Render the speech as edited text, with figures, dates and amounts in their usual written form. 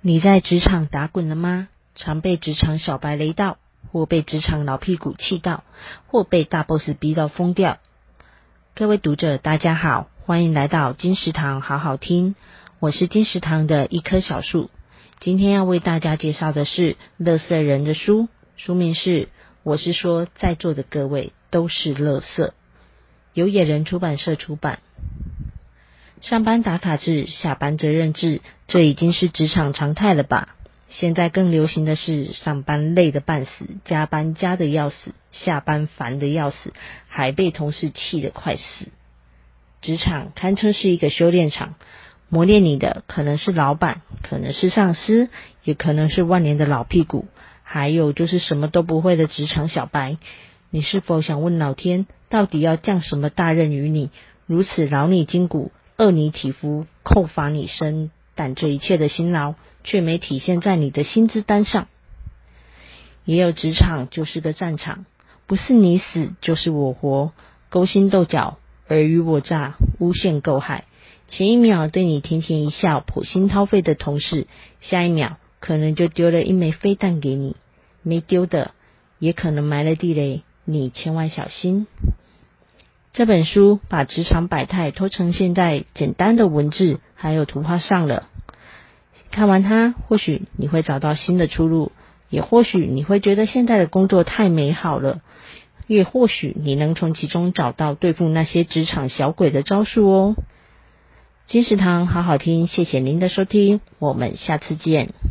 你在职场打滚了吗？常被职场小白雷到，或被职场老屁股气到，或被大 boss 逼到疯掉。各位读者大家好，欢迎来到金石堂好好听，我是金石堂的一棵小树。今天要为大家介绍的是垃圾人的书，书名是我是说在座的各位都是垃圾，由野人出版社出版。上班打卡制，下班责任制，这已经是职场常态了吧？现在更流行的是上班累得半死，加班加得要死，下班烦得要死，还被同事气得快死。职场堪称是一个修炼场，磨练你的可能是老板，可能是上司，也可能是万年的老屁股，还有就是什么都不会的职场小白。你是否想问老天，到底要降什么大任于你，如此劳你筋骨，饿你体肤，扣乏你身，但这一切的辛劳却没体现在你的薪资单上。也有职场就是个战场，不是你死就是我活，勾心斗角，尔虞我诈，诬陷构害。前一秒对你甜甜一笑，剖心掏肺的同事，下一秒可能就丢了一枚飞弹给你，没丢的也可能埋了地雷，你千万小心。这本书把职场百态都呈现在简单的文字还有图画上了，看完它，或许你会找到新的出路，也或许你会觉得现在的工作太美好了，也或许你能从其中找到对付那些职场小鬼的招数哦。金石堂好好听，谢谢您的收听，我们下次见。